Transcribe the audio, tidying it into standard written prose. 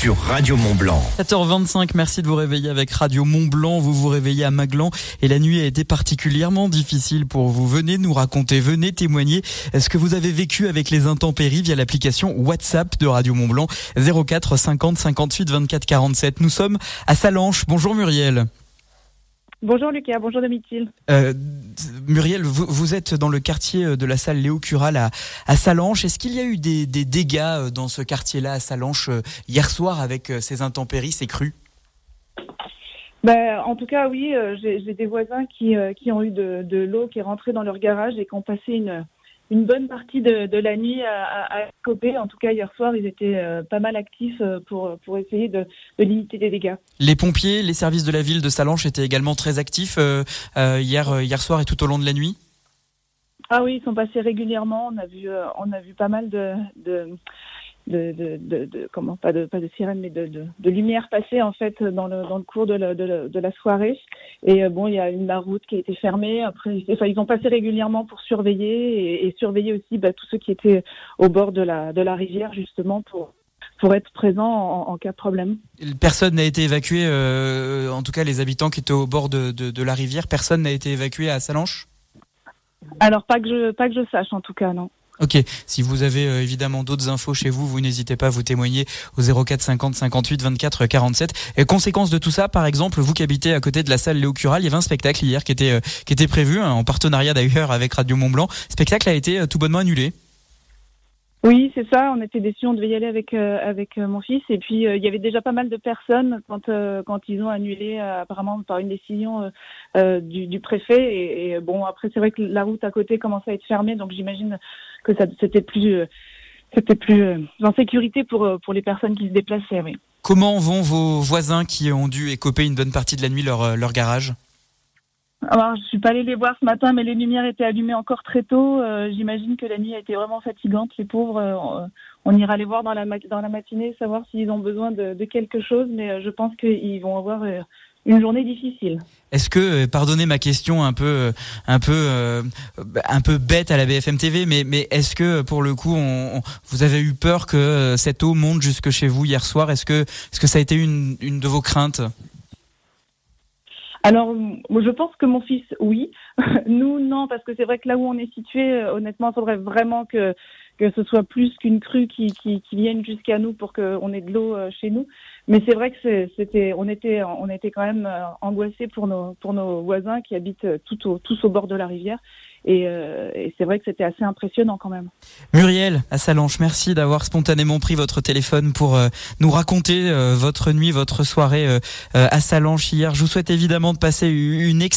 sur Radio Mont-Blanc. 7h25, merci de vous réveiller avec Radio Mont-Blanc. Vous vous réveillez à Maglan et la nuit a été particulièrement difficile pour vous. Venez nous raconter, venez témoigner ce que vous avez vécu avec les intempéries via l'application WhatsApp de Radio Mont-Blanc 04 50 58 24 47. Nous sommes à Sallanches. Bonjour Muriel. Bonjour Lucas, bonjour Domitil. Muriel, vous êtes dans le quartier de la salle Léo Cural à Sallanches. Est-ce qu'il y a eu des dégâts dans ce quartier-là à Sallanches hier soir avec ces intempéries, ces crues ? En tout cas, oui, j'ai des voisins qui ont eu de l'eau qui est rentrée dans leur garage et qui ont passé une bonne partie de la nuit à écoper. En tout cas, hier soir, ils étaient pas mal actifs pour essayer de limiter les dégâts. Les pompiers, les services de la ville de Sallanches étaient également très actifs hier soir et tout au long de la nuit ? Ah oui, ils sont passés régulièrement. On a vu pas mal de sirènes, mais de lumière passer en fait dans le cours de la soirée. Et il y a la route qui a été fermée. Après, ils ont passé régulièrement pour surveiller et surveiller aussi tous ceux qui étaient au bord de la rivière justement pour être présents en cas de problème. Personne n'a été évacué, en tout cas les habitants qui étaient au bord de la rivière, personne n'a été évacué à Sallanches ? Alors pas que je sache en tout cas, non. Ok, si vous avez évidemment d'autres infos chez vous, vous n'hésitez pas à vous témoigner au 04 50 58 24 47. Et conséquence de tout ça, par exemple, vous qui habitez à côté de la salle Léo Cural, il y avait un spectacle hier qui était prévu, en partenariat d'ailleurs avec Radio Mont-Blanc. Le spectacle a été tout bonnement annulé. Oui, c'est ça. On était déçus, on devait y aller avec mon fils. Et puis il y avait déjà pas mal de personnes quand ils ont annulé, apparemment par une décision du préfet. Et après c'est vrai que la route à côté commençait à être fermée, donc j'imagine que c'était plus en sécurité pour les personnes qui se déplaçaient. Oui. Comment vont vos voisins qui ont dû écoper une bonne partie de la nuit leur garage ? Alors, je suis pas allée les voir ce matin, mais les lumières étaient allumées encore très tôt. J'imagine que la nuit a été vraiment fatigante. Les pauvres, on ira les voir dans la matinée, savoir s'ils ont besoin de quelque chose, mais je pense qu'ils vont avoir une journée difficile. Est-ce que, pardonnez ma question un peu bête à la BFM TV, mais est-ce que pour le coup, vous avez eu peur que cette eau monte jusque chez vous hier soir ? Est-ce que ça a été une de vos craintes ? Alors, je pense que mon fils, oui. Nous, non, parce que c'est vrai que là où on est situé, honnêtement, il faudrait vraiment que ce soit plus qu'une crue qui vienne jusqu'à nous pour qu'on ait de l'eau chez nous. Mais c'est vrai que on était quand même angoissés pour nos voisins qui habitent tous au bord de la rivière. Et c'est vrai que c'était assez impressionnant quand même. Muriel, à Sallanches, merci d'avoir spontanément pris votre téléphone pour nous raconter votre nuit, votre soirée à Sallanches hier. Je vous souhaite évidemment de passer une